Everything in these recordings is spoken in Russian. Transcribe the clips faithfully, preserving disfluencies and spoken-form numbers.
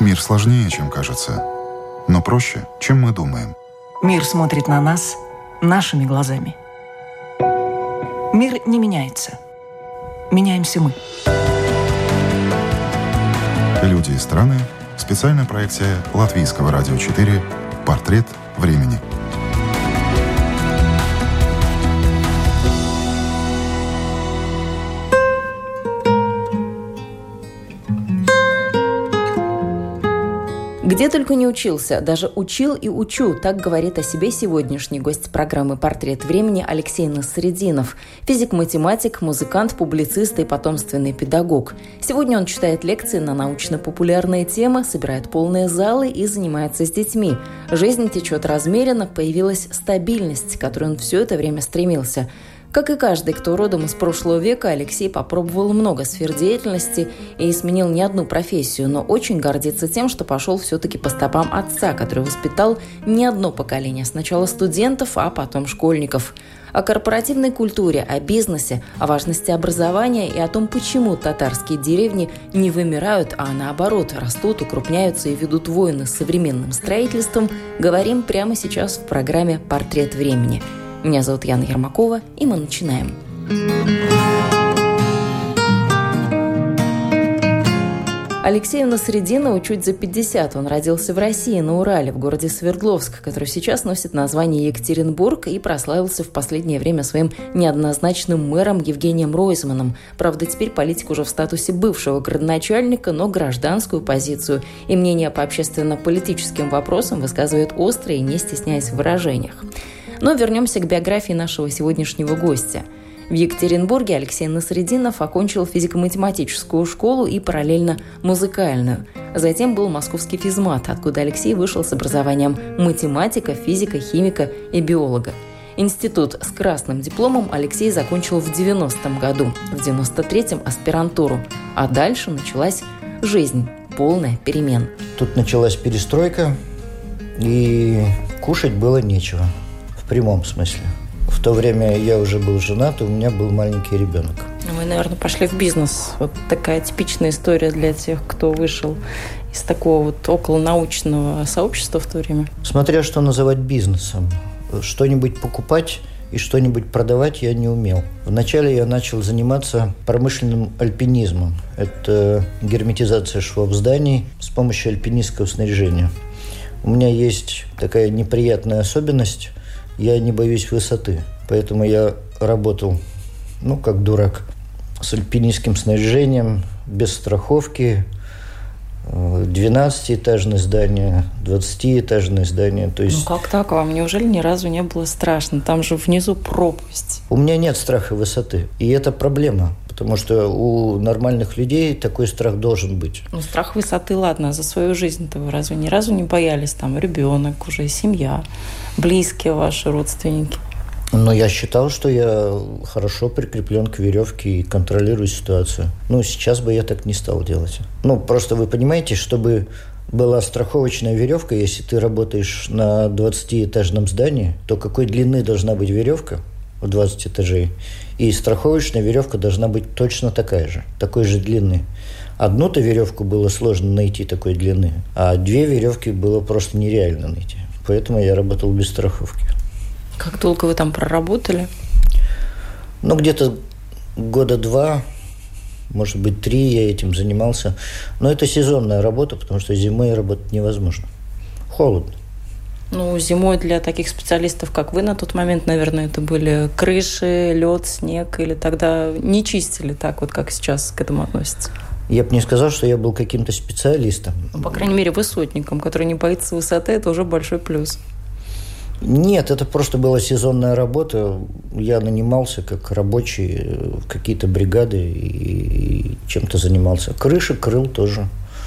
Мир сложнее, чем кажется, но проще, чем мы думаем. Мир смотрит на нас нашими глазами. Мир не меняется. Меняемся мы. Люди и страны. Специальная проекция Латвийского радио четыре «Портрет времени». Где только не учился, даже учил и учу, так говорит о себе сегодняшний гость программы «Портрет времени» Алексей Насреддинов. Физик-математик, музыкант, публицист и потомственный педагог. Сегодня он читает лекции на научно-популярные темы, собирает полные залы и занимается с детьми. Жизнь течет размеренно, появилась стабильность, к которой он все это время стремился. Как и каждый, кто родом из прошлого века, Алексей попробовал много сфер деятельности и сменил не одну профессию, но очень гордится тем, что пошел все-таки по стопам отца, который воспитал не одно поколение, сначала студентов, а потом школьников. О корпоративной культуре, о бизнесе, о важности образования и о том, почему татарские деревни не вымирают, а наоборот, растут, укрупняются и ведут войны с современным строительством, говорим прямо сейчас в программе «Портрет времени». Меня зовут Яна Ермакова, и мы начинаем. Алексею Насреддинову чуть за пятьдесят. Он родился в России, на Урале, в городе Свердловск, который сейчас носит название Екатеринбург и прославился в последнее время своим неоднозначным мэром Евгением Ройзманом. Правда, теперь политик уже в статусе бывшего градоначальника, но гражданскую позицию и мнение по общественно-политическим вопросам высказывает остро и не стесняясь в выражениях. Но вернемся к биографии нашего сегодняшнего гостя. В Екатеринбурге Алексей Насреддинов окончил физико-математическую школу и параллельно музыкальную. Затем был московский физмат, откуда Алексей вышел с образованием математика, физика, химика и биолога. Институт с красным дипломом Алексей закончил в девяностом году, в девяносто третьем аспирантуру. А дальше началась жизнь, полная перемен. Тут началась перестройка, и кушать было нечего. В прямом смысле. В то время я уже был женат, и у меня был маленький ребенок. Вы, наверное, пошли в бизнес. Вот такая типичная история для тех, кто вышел из такого вот околонаучного сообщества в то время. Смотря что называть бизнесом. Что-нибудь покупать и что-нибудь продавать я не умел. Вначале я начал заниматься промышленным альпинизмом. Это герметизация швов зданий с помощью альпинистского снаряжения. У меня есть такая неприятная особенность. Я не боюсь высоты, поэтому я работал, ну, как дурак, с альпинистским снаряжением, без страховки, двенадцатиэтажное здание, двадцатиэтажное здание. То есть... Ну, как так? Вам неужели ни разу не было страшно? Там же внизу пропасть. У меня нет страха высоты, и это проблема, потому что у нормальных людей такой страх должен быть. Ну, страх высоты, ладно, а за свою жизнь-то вы разве ни разу не боялись? Там ребенок уже, семья, близкие ваши, родственники. Но я считал, что я хорошо прикреплен к веревке и контролирую ситуацию. Ну, сейчас бы я так не стал делать. Ну, просто вы понимаете, чтобы была страховочная веревка, если ты работаешь на двадцатиэтажном здании, то какой длины должна быть веревка в двадцать этажей? И страховочная веревка должна быть точно такая же, такой же длины. Одну-то веревку было сложно найти такой длины, а две веревки было просто нереально найти. Поэтому я работал без страховки. Как долго вы там проработали? Ну, где-то года два, может быть, три я этим занимался. Но это сезонная работа, потому что зимой работать невозможно. Холодно. Ну, зимой для таких специалистов, как вы на тот момент, наверное, это были крыши, лед, снег, или тогда не чистили так, вот как сейчас к этому относятся? Я бы не сказал, что я был каким-то специалистом. Ну, по крайней мере, высотником, который не боится высоты, это уже большой плюс. Нет, это просто была сезонная работа. Я нанимался как рабочий в какие-то бригады и чем-то занимался. Крыши крыл тоже.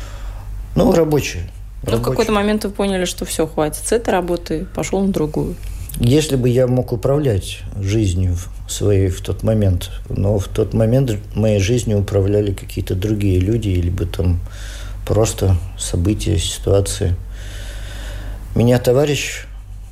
Ну, рабочие. Но в какой-то момент вы поняли, что все, хватит с этой работы, пошел на другую. Если бы я мог управлять жизнью своей в тот момент, но в тот момент моей жизнью управляли какие-то другие люди, или бы там просто события, ситуации. Меня товарищ,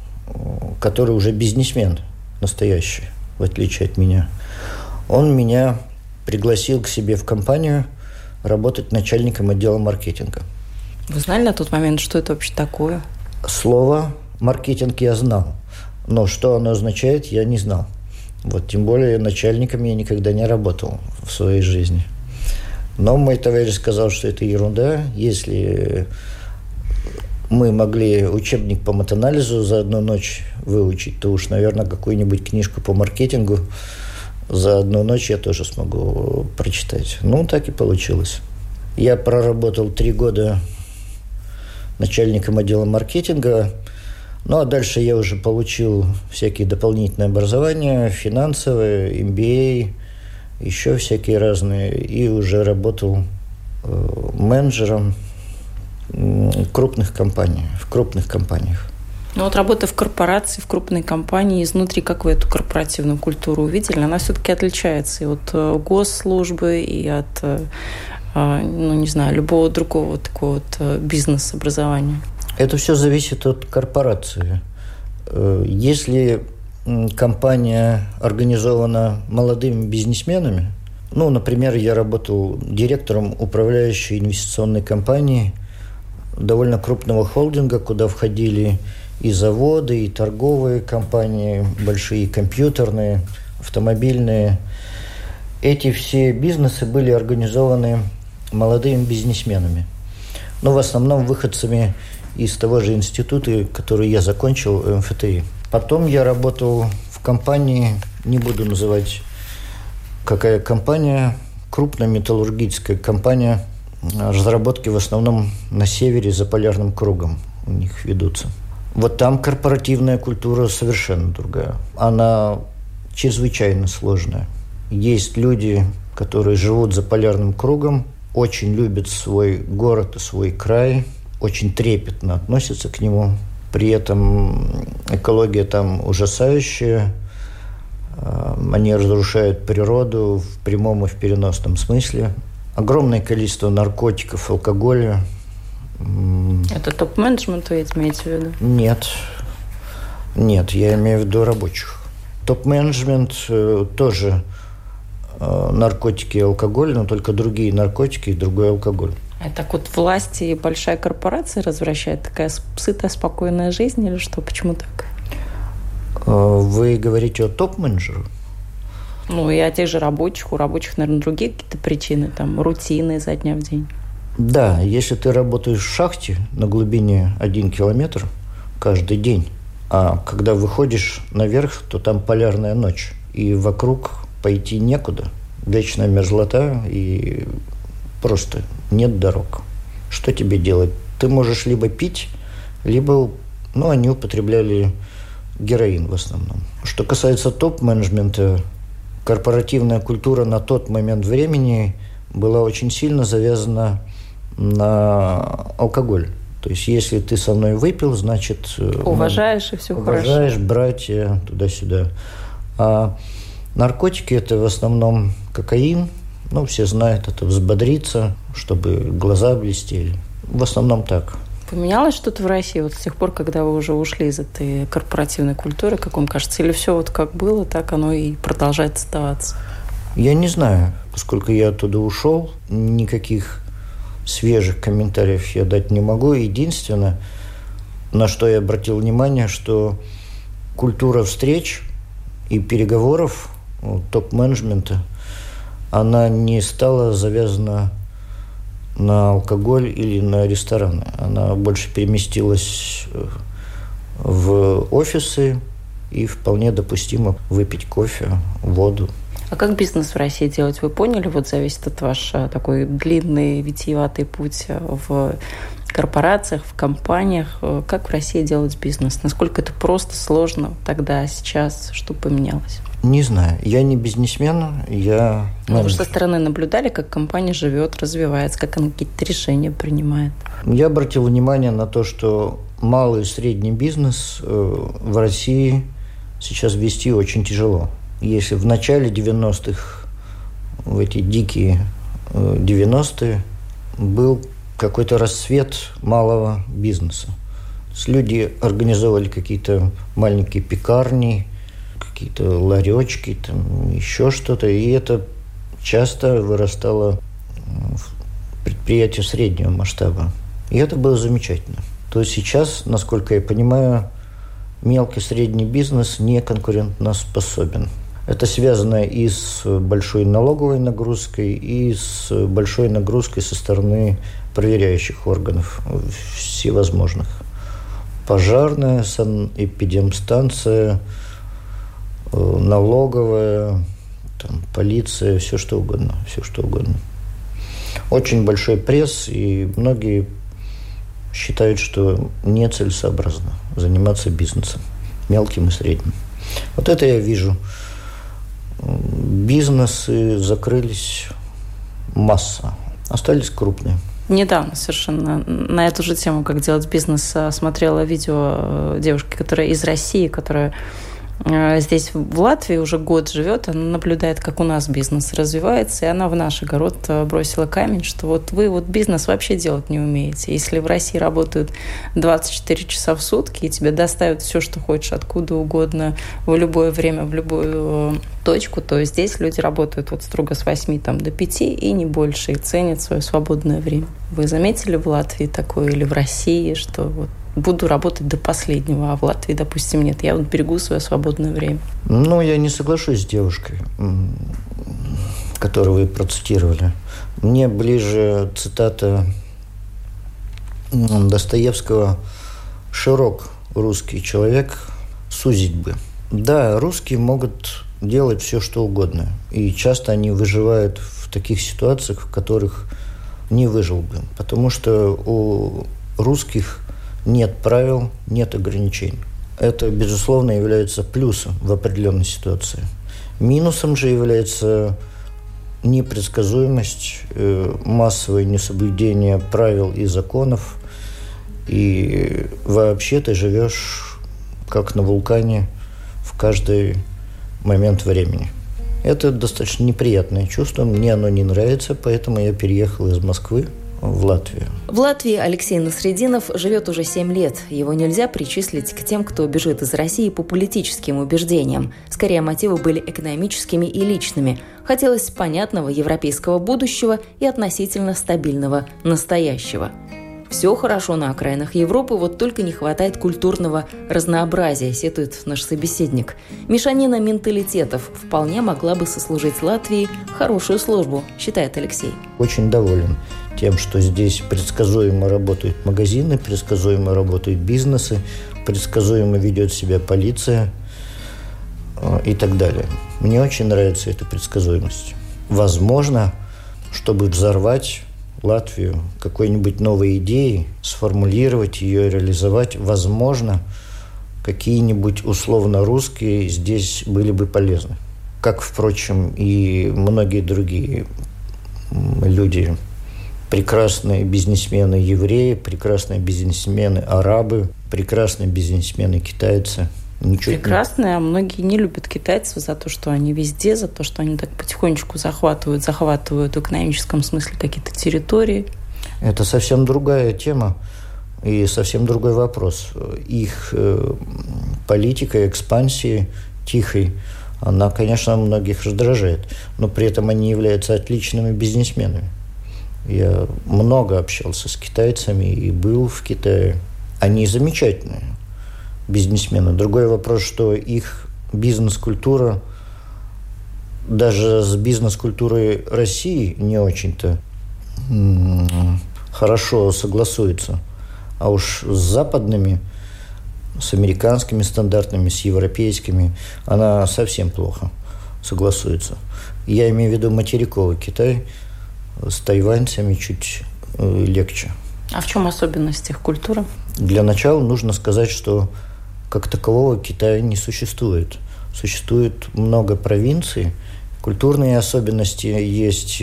который уже бизнесмен настоящий, в отличие от меня, он меня пригласил к себе в компанию работать начальником отдела маркетинга. Вы знали на тот момент, что это вообще такое? Слово «маркетинг» я знал, но что оно означает, я не знал. Вот, тем более начальником я никогда не работал в своей жизни. Но мой товарищ сказал, что это ерунда. Если мы могли учебник по матанализу за одну ночь выучить, то уж, наверное, какую-нибудь книжку по маркетингу за одну ночь я тоже смогу прочитать. Ну, так и получилось. Я проработал три года начальником отдела маркетинга. Ну, а дальше я уже получил всякие дополнительные образования, финансовые, эм би эй, еще всякие разные. И уже работал э, менеджером э, крупных компаний, в крупных компаниях. Ну вот работа в корпорации, в крупной компании, изнутри, как вы эту корпоративную культуру увидели, она все-таки отличается и от госслужбы, и от, ну не знаю, любого другого такого вот бизнес-образования. Это все зависит от корпорации. Если компания организована молодыми бизнесменами, ну, например, я работал директором управляющей инвестиционной компании довольно крупного холдинга, куда входили и заводы, и торговые компании, большие компьютерные, автомобильные. Эти все бизнесы были организованы молодыми бизнесменами. Но в основном выходцами из того же института, который я закончил, эм эф тэ и. Потом я работал в компании, не буду называть, какая компания, крупная металлургическая компания, разработки в основном на севере за полярным кругом у них ведутся. Вот там корпоративная культура совершенно другая. Она чрезвычайно сложная. Есть люди, которые живут за полярным кругом, очень любят свой город и свой край, очень трепетно относятся к нему. При этом экология там ужасающая. Они разрушают природу в прямом и в переносном смысле. Огромное количество наркотиков, алкоголя. Это топ-менеджмент вы имеете в виду? Нет. Нет, я имею в виду рабочих. Топ-менеджмент э, тоже э, наркотики и алкоголь, но только другие наркотики и другой алкоголь. А так вот власти и большая корпорация развращает? Такая сытая, спокойная жизнь или что? Почему так? Э, вы говорите о топ-менеджерах? Ну, и о тех же рабочих. У рабочих, наверное, другие какие-то причины, там, рутины изо дня в день. Да, если ты работаешь в шахте на глубине один километр каждый день, а когда выходишь наверх, то там полярная ночь, и вокруг пойти некуда, вечная мерзлота, и просто нет дорог. Что тебе делать? Ты можешь либо пить, либо, ну, они употребляли героин в основном. Что касается топ-менеджмента, корпоративная культура на тот момент времени была очень сильно завязана на алкоголь. То есть, если ты со мной выпил, значит... Уважаешь, ну, и все уважаешь, хорошо. Уважаешь, братья, туда-сюда. А наркотики – это в основном кокаин. Ну, все знают, это взбодриться, чтобы глаза блестели. В основном так. Поменялось что-то в России вот с тех пор, когда вы уже ушли из этой корпоративной культуры, как вам кажется? Или все вот как было, так оно и продолжает оставаться? Я не знаю. Поскольку я оттуда ушел, никаких свежих комментариев я дать не могу. Единственное, на что я обратил внимание, что культура встреч и переговоров топ-менеджмента, она не стала завязана на алкоголь или на рестораны. Она больше переместилась в офисы, и вполне допустимо выпить кофе, воду. А как бизнес в России делать? Вы поняли? Вот зависит от ваш такой длинный, витиеватый путь в корпорациях, в компаниях. Как в России делать бизнес? Насколько это просто, сложно тогда, сейчас? Что поменялось? Не знаю. Я не бизнесмен, я... Вы со стороны наблюдали, как компания живет, развивается, как она какие-то решения принимает? Я обратил внимание на то, что малый и средний бизнес в России сейчас вести очень тяжело. Если в начале девяностых, в эти дикие девяностые, был какой-то расцвет малого бизнеса. Люди организовывали какие-то маленькие пекарни, какие-то ларечки, там, еще что-то, и это часто вырастало в предприятие среднего масштаба. И это было замечательно. То есть сейчас, насколько я понимаю, мелкий и средний бизнес не конкурентоспособен. Это связано и с большой налоговой нагрузкой, и с большой нагрузкой со стороны проверяющих органов всевозможных. Пожарная, санэпидемстанция, налоговая, там, полиция, все что угодно, все что угодно. Очень большой пресс, и многие считают, что нецелесообразно заниматься бизнесом, мелким и средним. Вот это я вижу. Бизнесы закрылись масса, остались крупные. Недавно совершенно на эту же тему, как делать бизнес, смотрела видео девушки, которая из России, которая здесь в Латвии уже год живет, она наблюдает, как у нас бизнес развивается, и она в наш огород бросила камень, что вот вы вот бизнес вообще делать не умеете. Если в России работают двадцать четыре часа в сутки, и тебе доставят все, что хочешь, откуда угодно, в любое время, в любую точку, то здесь люди работают вот строго с восьми там, до пяти и не больше, и ценят свое свободное время. Вы заметили в Латвии такое или в России, что вот буду работать до последнего, а в Латвии, допустим, нет. Я вот берегу свое свободное время. Ну, я не соглашусь с девушкой, которую вы процитировали. Мне ближе цитата Достоевского «Широк русский человек, сузить бы». Да, русские могут делать все, что угодно. И часто они выживают в таких ситуациях, в которых не выжил бы. Потому что у русских нет правил, нет ограничений. Это, безусловно, является плюсом в определенной ситуации. Минусом же является непредсказуемость, массовое несоблюдение правил и законов. И вообще ты живешь как на вулкане в каждый момент времени. Это достаточно неприятное чувство. Мне оно не нравится, поэтому я переехал из Москвы в Латвию. В Латвии Алексей Насрединов живет уже семь лет. Его нельзя причислить к тем, кто бежит из России по политическим убеждениям. Скорее, мотивы были экономическими и личными. Хотелось понятного европейского будущего и относительно стабильного настоящего. Все хорошо на окраинах Европы, вот только не хватает культурного разнообразия, сетует наш собеседник. Мешанина менталитетов вполне могла бы сослужить Латвии хорошую службу, считает Алексей. Очень доволен тем, что здесь предсказуемо работают магазины, предсказуемо работают бизнесы, предсказуемо ведет себя полиция и так далее. Мне очень нравится эта предсказуемость. Возможно, чтобы взорвать Латвию какой-нибудь новой идеей, сформулировать ее, реализовать, возможно, какие-нибудь условно русские здесь были бы полезны. Как, впрочем, и многие другие люди. Прекрасные бизнесмены евреи, прекрасные бизнесмены арабы, прекрасные бизнесмены китайцы. Ничего Прекрасные, не... а многие не любят китайцев за то, что они везде, за то, что они так потихонечку захватывают, захватывают в экономическом смысле какие-то территории. Это совсем другая тема и совсем другой вопрос. Их э, политика экспансии тихой, она, конечно, многих раздражает, но при этом они являются отличными бизнесменами. Я много общался с китайцами и был в Китае. Они замечательные бизнесмены. Другой вопрос, что их бизнес-культура даже с бизнес-культурой России не очень-то хорошо согласуется. А уж с западными, с американскими стандартами, с европейскими она совсем плохо согласуется. Я имею в виду материковый Китай, с тайваньцами чуть э, легче. А в чем особенность их культуры? Для начала нужно сказать, что как такового Китая не существует. Существует много провинций. Культурные особенности есть,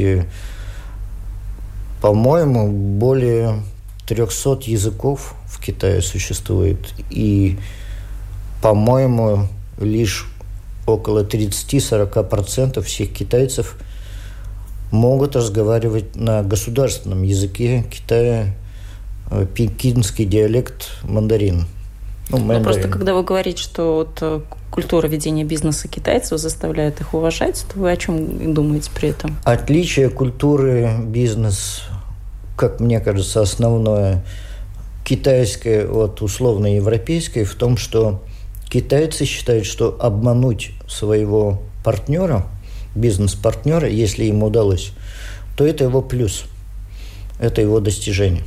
по-моему, более трехсот языков в Китае существует. И, по-моему, лишь около тридцать-сорок процентов всех китайцев могут разговаривать на государственном языке Китая, пекинский диалект мандарин. Ну, ну, просто когда вы говорите, что вот культура ведения бизнеса китайцев заставляет их уважать, то вы о чем думаете при этом? Отличие культуры бизнес как мне кажется, основное китайское от условно-европейское в том, что китайцы считают, что обмануть своего партнера, бизнес-партнера, если ему удалось, то это его плюс, это его достижение.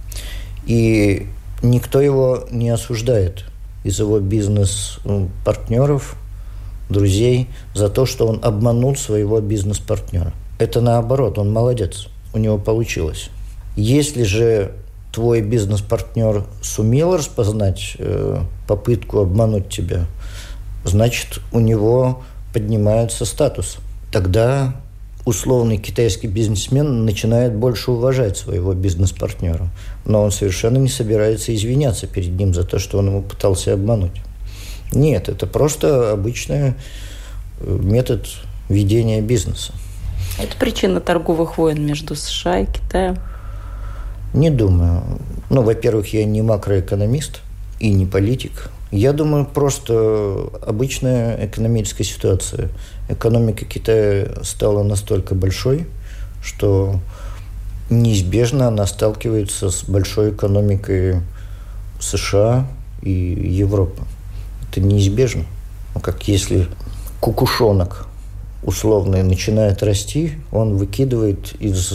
И никто его не осуждает из его бизнес-партнеров, друзей, за то, что он обманул своего бизнес-партнера. Это наоборот, он молодец, у него получилось. Если же твой бизнес-партнер сумел распознать э, попытку обмануть тебя, значит, у него поднимается статус. Тогда условный китайский бизнесмен начинает больше уважать своего бизнес-партнера. Но он совершенно не собирается извиняться перед ним за то, что он его пытался обмануть. Нет, это просто обычный метод ведения бизнеса. Это причина торговых войн между США и Китаем? Не думаю. Ну, во-первых, я не макроэкономист и не политик. Я думаю, просто обычная экономическая ситуация. Экономика Китая стала настолько большой, что неизбежно она сталкивается с большой экономикой США и Европы. Это неизбежно. Ну, как если кукушонок условный начинает расти, он выкидывает из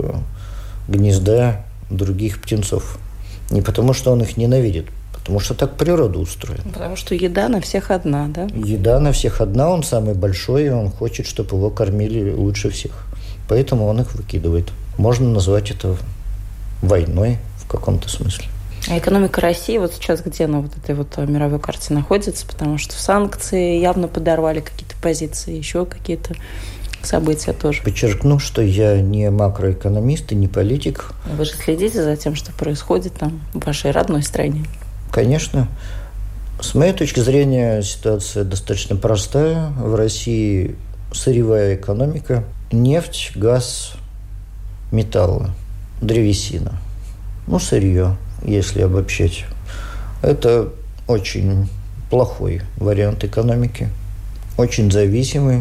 гнезда других птенцов. Не потому, что он их ненавидит, потому что так природа устроена. Потому что еда на всех одна, да? Еда на всех одна, он самый большой, и он хочет, чтобы его кормили лучше всех. Поэтому он их выкидывает. Можно назвать это войной в каком-то смысле. А экономика России вот сейчас где на вот этой вот мировой карте находится? Потому что санкции явно подорвали какие-то позиции, еще какие-то события тоже. Подчеркну, что я не макроэкономист и не политик. Вы же следите за тем, что происходит там в вашей родной стране? Конечно. С моей точки зрения ситуация достаточно простая. В России сырьевая экономика. Нефть, газ, металлы, древесина. Ну, сырье, если обобщать. Это очень плохой вариант экономики. Очень зависимый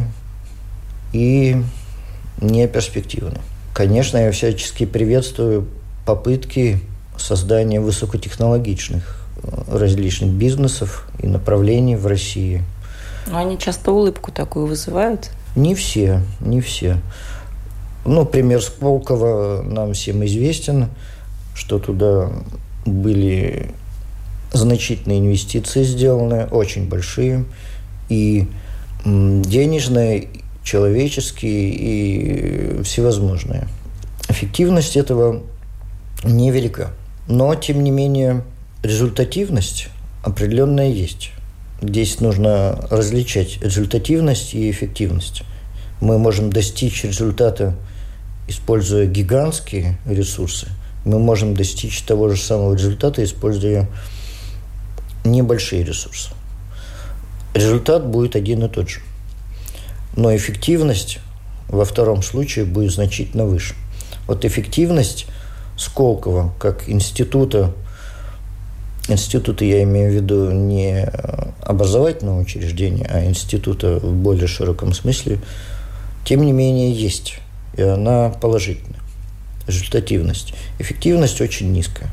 и неперспективный. Конечно, я всячески приветствую попытки создания высокотехнологичных различных бизнесов и направлений в России. Но они часто улыбку такую вызывают? Не все, не все. Ну, пример Сколково нам всем известен, что туда были значительные инвестиции сделаны, очень большие, и денежные, человеческие и всевозможные. Эффективность этого невелика. Но, тем не менее, результативность определенная есть. Здесь нужно различать результативность и эффективность. Мы можем достичь результата, используя гигантские ресурсы. Мы можем достичь того же самого результата, используя небольшие ресурсы. Результат будет один и тот же. Но эффективность во втором случае будет значительно выше. Вот эффективность Сколково как института, института я имею в виду не образовательного учреждения, а института в более широком смысле, тем не менее есть. И она положительная. Результативность. Эффективность очень низкая.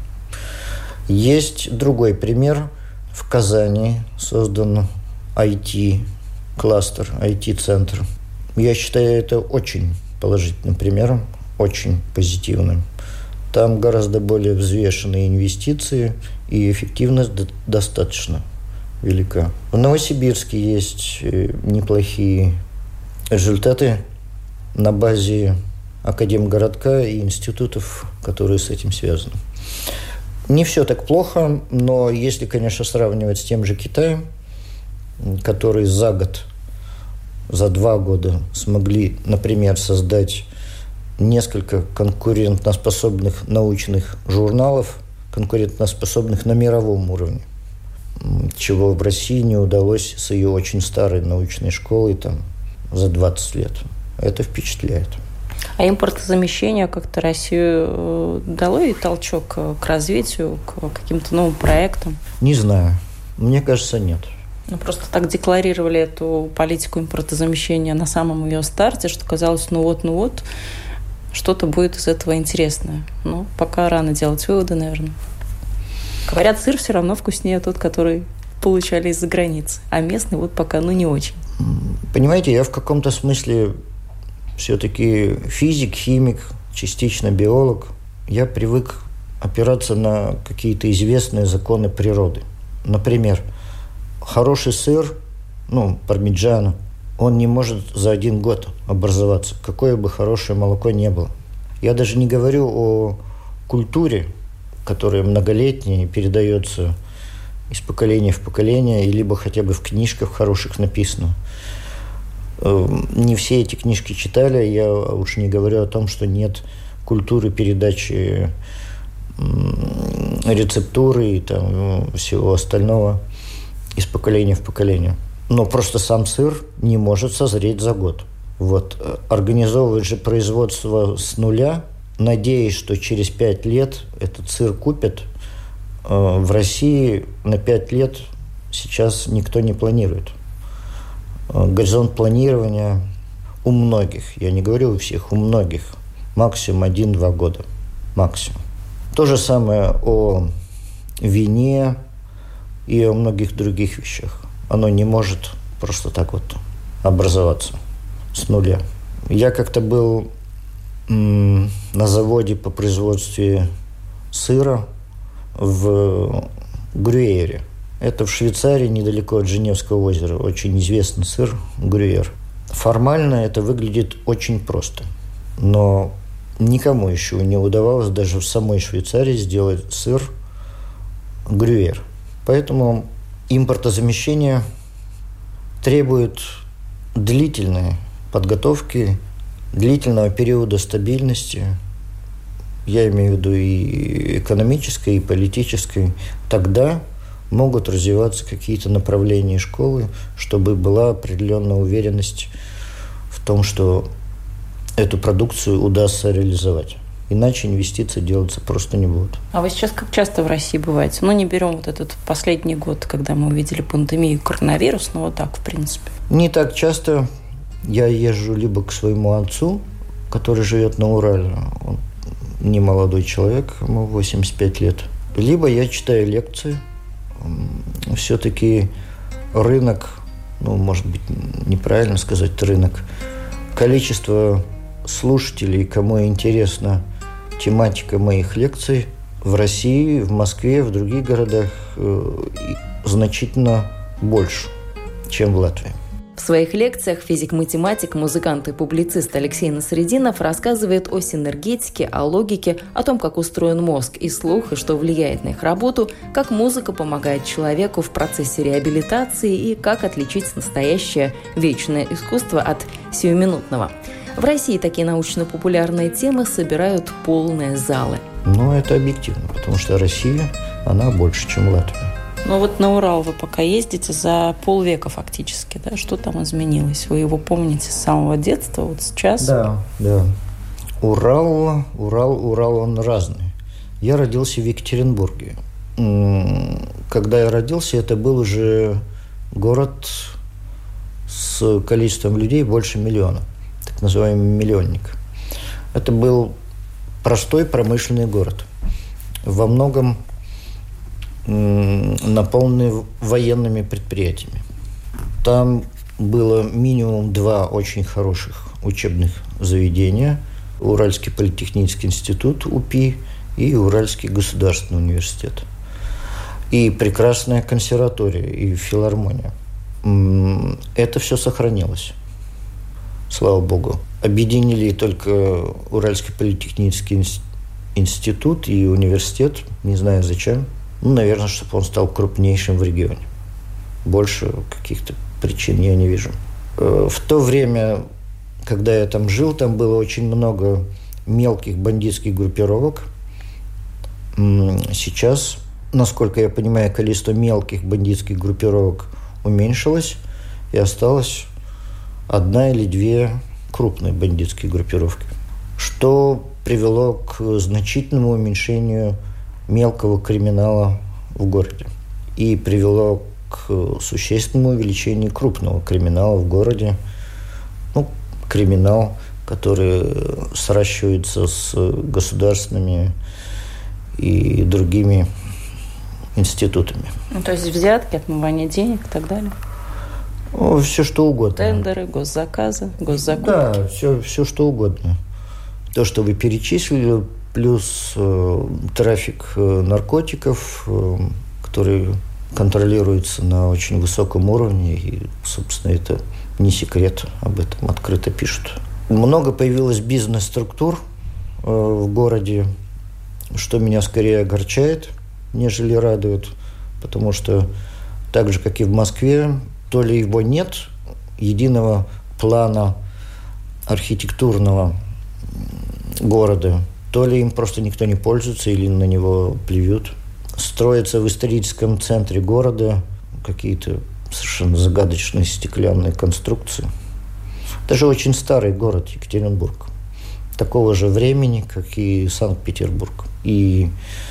Есть другой пример. В Казани создан ай ти-кластер, ай ти-центр. Я считаю это очень положительным примером, очень позитивным. Там гораздо более взвешенные инвестиции, и эффективность достаточно велика. В Новосибирске есть неплохие результаты на базе академгородка и институтов, которые с этим связаны. Не все так плохо, но если, конечно, сравнивать с тем же Китаем, которые за год, за два года смогли, например, создать несколько конкурентоспособных научных журналов, конкурентоспособных на мировом уровне, чего в России не удалось с ее очень старой научной школой там, за двадцать лет. Это впечатляет. А импортозамещение как-то Россию дало и толчок к развитию, к каким-то новым проектам? Не знаю. Мне кажется, нет. Ну, просто так декларировали эту политику импортозамещения на самом ее старте, что казалось, ну вот, ну вот, что-то будет из этого интересное. Но пока рано делать выводы, наверное. Говорят, сыр все равно вкуснее тот, который получали из-за границы. А местный вот пока, ну, не очень. Понимаете, я в каком-то смысле все-таки физик, химик, частично биолог. Я привык опираться на какие-то известные законы природы. Например, хороший сыр, ну, пармиджано, он не может за один год образоваться, какое бы хорошее молоко ни было. Я даже не говорю о культуре, которая многолетняя и передается из поколения в поколение, и либо хотя бы в книжках хороших написано. Не все эти книжки читали, я уж не говорю о том, что нет культуры передачи рецептуры и там всего остального из поколения в поколение. Но просто сам сыр не может созреть за год. Вот. Организовывать же производство с нуля, надеясь, что через пять лет этот сыр купят, в России на пять лет сейчас никто не планирует. Горизонт планирования у многих, я не говорю у всех, у многих, максимум один-два года. Максимум. То же самое о вине и о многих других вещах. Оно не может просто так вот образоваться с нуля. Я как-то был м- на заводе по производству сыра в Грюйере. Это в Швейцарии, недалеко от Женевского озера. Очень известный сыр Грюйер. Формально это выглядит очень просто. Но никому еще не удавалось даже в самой Швейцарии сделать сыр Грюйер. Поэтому импортозамещение требует длительной подготовки, длительного периода стабильности. Я имею в виду и экономической, и политической. Тогда могут развиваться какие-то направления школы, чтобы была определенная уверенность в том, что эту продукцию удастся реализовать. Иначе инвестиции делаться просто не будут. А вы сейчас как часто в России бываете? Ну, не берем вот этот последний год, когда мы увидели пандемию коронавируса, но вот так, в принципе. Не так часто. Я езжу либо к своему отцу, который живет на Урале, он не молодой человек, ему восемьдесят пять лет, либо я читаю лекции. Все-таки рынок, ну, может быть, неправильно сказать рынок, количество слушателей, кому интересна тематика моих лекций в России, в Москве, в других городах э, значительно больше, чем в Латвии. В своих лекциях физик-математик, музыкант и публицист Алексей Насрединов рассказывает о синергетике, о логике, о том, как устроен мозг и слух, и что влияет на их работу, как музыка помогает человеку в процессе реабилитации и как отличить настоящее вечное искусство от сиюминутного. В России такие научно-популярные темы собирают полные залы. Ну, это объективно, потому что Россия, она больше, чем Латвия. Ну вот на Урал вы пока ездите за полвека фактически, да? Что там изменилось? Вы его помните с самого детства, вот сейчас? Да, да. Урал, Урал, Урал, он разный. Я родился в Екатеринбурге. Когда я родился, это был уже город с количеством людей больше миллиона, так называемый миллионник. Это был простой промышленный город, во многом наполненный военными предприятиями. Там было минимум два очень хороших учебных заведения. Уральский политехнический институт УПИ и Уральский государственный университет. И прекрасная консерватория, и филармония. Это все сохранилось. Слава Богу. Объединили только Уральский политехнический институт и университет. Не знаю зачем. Ну, наверное, чтобы он стал крупнейшим в регионе. Больше каких-то причин я не вижу. В то время, когда я там жил, там было очень много мелких бандитских группировок. Сейчас, насколько я понимаю, количество мелких бандитских группировок уменьшилось, и осталось одна или две крупные бандитские группировки, что привело к значительному уменьшению мелкого криминала в городе и привело к существенному увеличению крупного криминала в городе. Ну, криминал которые сращиваются с государственными и другими институтами. Ну, то есть взятки, отмывание денег и так далее? Ну, все что угодно. Тендеры, госзаказы, госзакупки. Да, все, все что угодно. То, что вы перечислили, плюс э, трафик э, наркотиков, э, который контролируется на очень высоком уровне, и, собственно, это не секрет, об этом открыто пишут. Много появилось бизнес-структур э, в городе, что меня скорее огорчает, нежели радует, потому что так же, как и в Москве, то ли его нет, единого плана архитектурного города, то ли им просто никто не пользуется или на него плюют. Строятся в историческом центре города какие-то совершенно загадочные стеклянные конструкции. Даже очень старый город Екатеринбург. Такого же времени, как и Санкт-Петербург. И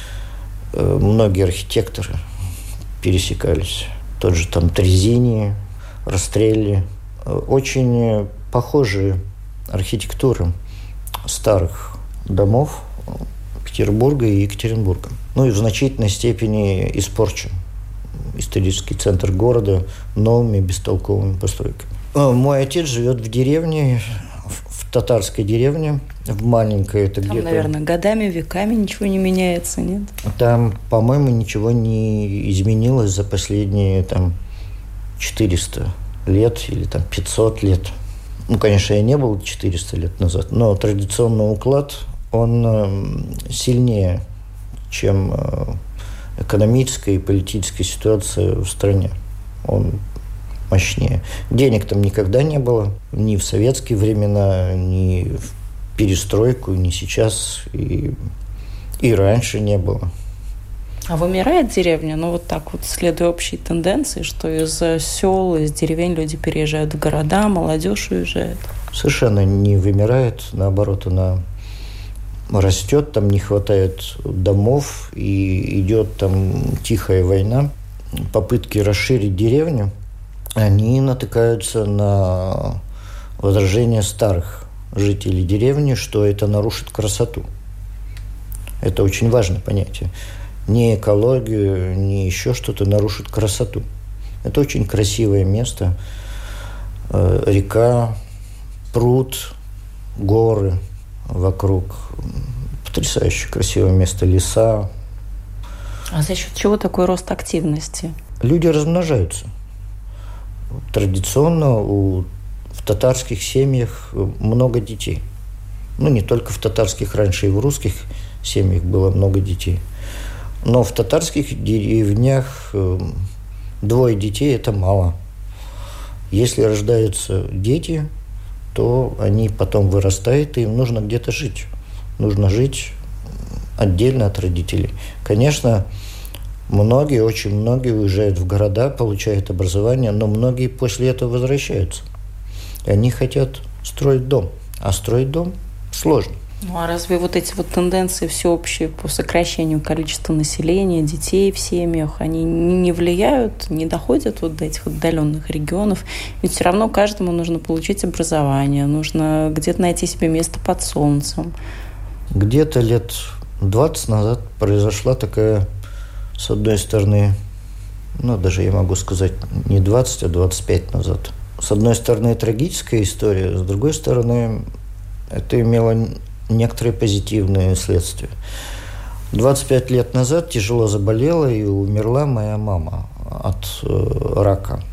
э, многие архитекторы пересекались. Тот же там Трезини, Растрелли. Очень похожие архитектуры старых домов Петербурга и Екатеринбурга. Ну и в значительной степени испорчен исторический центр города новыми бестолковыми постройками. Мой отец живет в деревне, в татарской деревне, в маленькой. Это там, где-то... наверное, годами, веками ничего не меняется, нет? Там, по-моему, ничего не изменилось за последние там, четыреста лет или там, пятьсот лет. Ну, конечно, я не был четыреста лет назад, но традиционный уклад, он сильнее, чем экономическая и политическая ситуация в стране. Он мощнее. Денег там никогда не было, ни в советские времена, ни в перестройку, ни сейчас, и, и раньше не было. А вымирает деревня? Ну, вот так вот, следуя общей тенденции, что из сел, из деревень люди переезжают в города, молодежь уезжает. Совершенно не вымирает, наоборот, она растет, там не хватает домов, и идет там тихая война. Попытки расширить деревню, они натыкаются на возражение старых жителей деревни, что это нарушит красоту. Это очень важное понятие. Не экологию, не еще что-то нарушит красоту. Это очень красивое место. Э, река, пруд, горы вокруг. Потрясающе красивое место, леса. А за счет чего такой рост активности? Люди размножаются. Традиционно у, в татарских семьях много детей. Ну, не только в татарских, раньше и в русских семьях было много детей. Но в татарских деревнях двое детей – это мало. Если рождаются дети, то они потом вырастают, и им нужно где-то жить. Нужно жить отдельно от родителей. Конечно, многие, очень многие уезжают в города, получают образование, но многие после этого возвращаются. И они хотят строить дом. А строить дом сложно. Ну а разве вот эти вот тенденции всеобщие по сокращению количества населения, детей в семьях, они не влияют, не доходят вот до этих отдаленных регионов? Ведь все равно каждому нужно получить образование, нужно где-то найти себе место под солнцем. Где-то лет двадцать назад произошла такая, с одной стороны, ну даже я могу сказать не двадцать, а двадцать пять назад. С одной стороны, трагическая история, с другой стороны, это имело некоторые позитивные следствия. двадцать пять лет назад тяжело заболела и умерла моя мама от э, рака.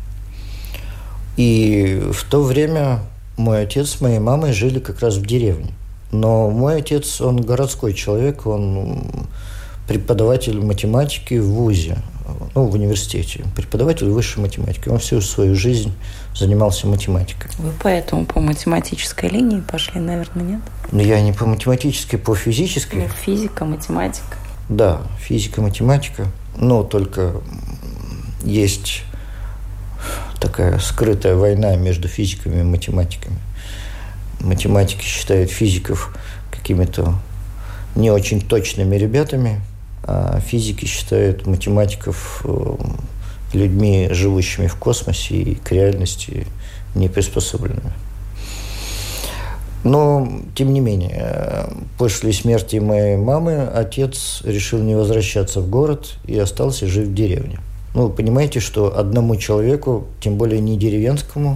И в то время мой отец с моей мамой жили как раз в деревне. Но мой отец, он городской человек, он преподаватель математики в вузе, ну, в университете, преподаватель высшей математики. Он всю свою жизнь занимался математикой. Вы поэтому по математической линии пошли, наверное, нет? Ну, я не по математической, по физической. Ну, физика, математика. Да, физика, математика. Но только есть такая скрытая война между физиками и математиками. Математики считают физиков какими-то не очень точными ребятами, а физики считают математиков людьми, живущими в космосе и к реальности не приспособленными. Но, тем не менее, после смерти моей мамы отец решил не возвращаться в город и остался жить в деревне. Ну, вы понимаете, что одному человеку, тем более не деревенскому,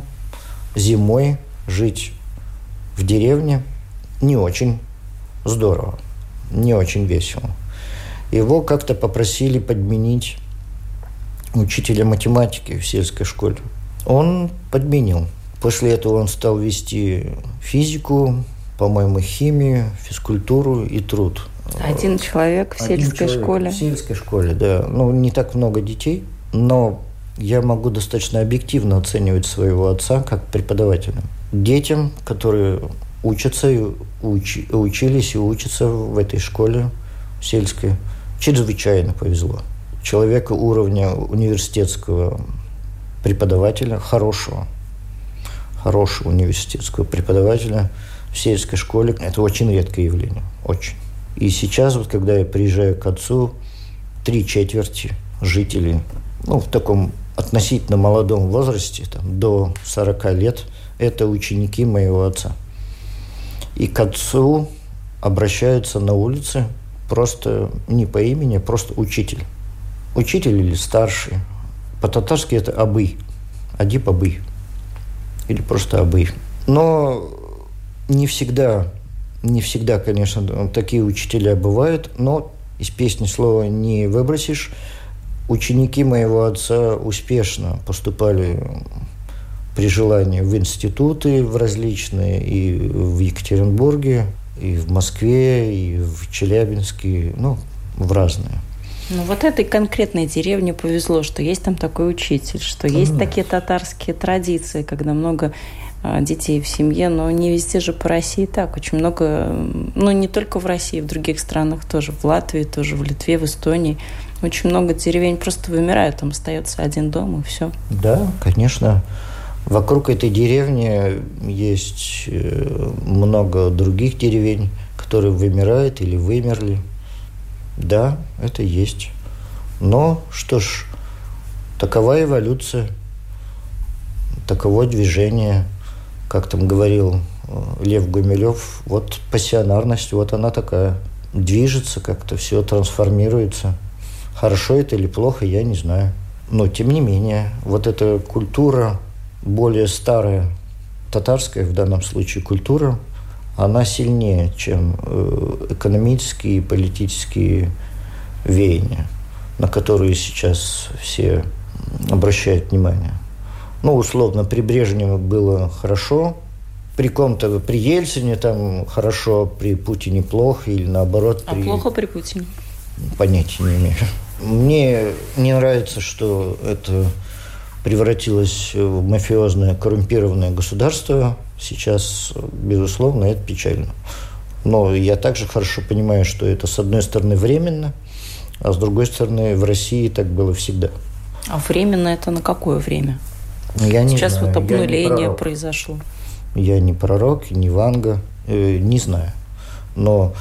зимой жить в деревне не очень здорово, не очень весело. Его как-то попросили подменить учителя математики в сельской школе. Он подменил. После этого он стал вести физику, по-моему, химию, физкультуру и труд. Один человек в Один сельской человек школе. В сельской школе, да. Ну, не так много детей, но я могу достаточно объективно оценивать своего отца как преподавателя. Детям, которые учатся, и уч, учились и учатся в этой школе сельской, чрезвычайно повезло. Человека уровня университетского преподавателя, хорошего, хорошего университетского преподавателя в сельской школе, это очень редкое явление, очень. И сейчас, вот, когда я приезжаю к отцу, три четверти жителей, ну, в таком относительно молодом возрасте, там, до сорока лет, это ученики моего отца. И к отцу обращаются на улице просто не по имени, просто учитель. Учитель или старший. По-татарски это абый, адип абый. Или просто абый. Но не всегда, не всегда, конечно, такие учителя бывают, но из песни слова не выбросишь. Ученики моего отца успешно поступали при желании в институты в различные, и в Екатеринбурге, и в Москве, и в Челябинске, ну, в разные. Ну, вот этой конкретной деревне повезло, что есть там такой учитель, что есть mm. такие татарские традиции, когда много а, детей в семье, но не везде же по России так. Очень много, ну, не только в России, в других странах тоже, в Латвии, тоже в Литве, в Эстонии. Очень много деревень просто вымирают, там остается один дом, и все. Да, конечно. Вокруг этой деревни есть много других деревень, которые вымирают или вымерли. Да, это есть. Но, что ж, такова эволюция, таково движение. Как там говорил Лев Гумилев, вот пассионарность, вот она такая. Движется как-то, все трансформируется. Хорошо это или плохо, я не знаю. Но, тем не менее, вот эта культура, более старая, татарская в данном случае культура, она сильнее, чем экономические и политические веяния, на которые сейчас все обращают внимание. Ну, условно, при Брежневе было хорошо, при ком-то, при Ельцине там хорошо, при Путине плохо, или наоборот. А при... плохо при Путине? Понятия не имею. Мне не нравится, что это превратилось в мафиозное, коррумпированное государство. Сейчас, безусловно, это печально. Но я также хорошо понимаю, что это, с одной стороны, временно, а с другой стороны, в России так было всегда. А временно это на какое время? Я не Сейчас знаю. вот обнуление Я произошло. Я не пророк, не Ванга, э, не знаю. Но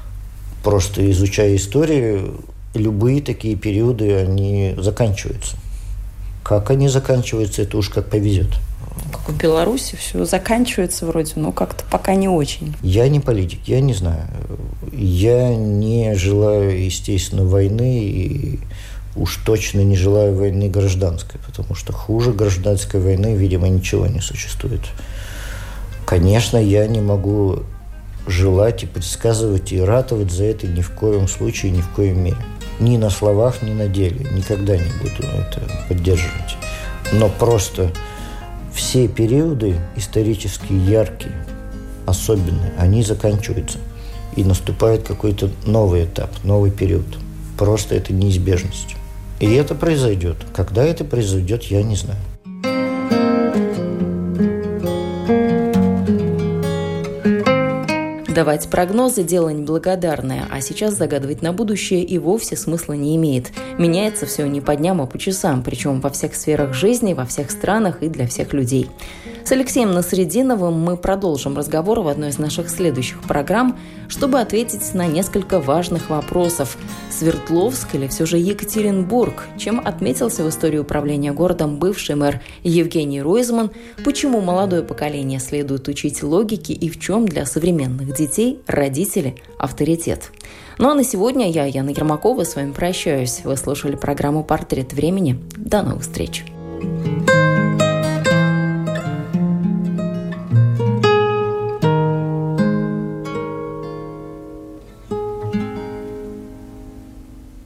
просто изучая историю, любые такие периоды, они заканчиваются. Как они заканчиваются, это уж как повезет. Как в Беларуси все заканчивается вроде, но как-то пока не очень. Я не политик, я не знаю. Я не желаю, естественно, войны, и уж точно не желаю войны гражданской, потому что хуже гражданской войны, видимо, ничего не существует. Конечно, я не могу желать и предсказывать, и ратовать за это ни в коем случае, ни в коем мере. Ни на словах, ни на деле. Никогда не буду это поддерживать. Но просто все периоды исторически яркие, особенные, они заканчиваются. И наступает какой-то новый этап, новый период. Просто это неизбежность. И это произойдет. Когда это произойдет, я не знаю. Давать прогнозы – дело неблагодарное, а сейчас загадывать на будущее и вовсе смысла не имеет. Меняется все не по дням, а по часам, причем во всех сферах жизни, во всех странах и для всех людей. С Алексеем Насретдиновым мы продолжим разговор в одной из наших следующих программ, чтобы ответить на несколько важных вопросов. Свердловск или все же Екатеринбург? Чем отметился в истории управления городом бывший мэр Евгений Ройзман? Почему молодое поколение следует учить логике и в чем для современных детей родители авторитет? Ну а на сегодня я, Яна Ермакова, с вами прощаюсь. Вы слушали программу «Портрет времени». До новых встреч!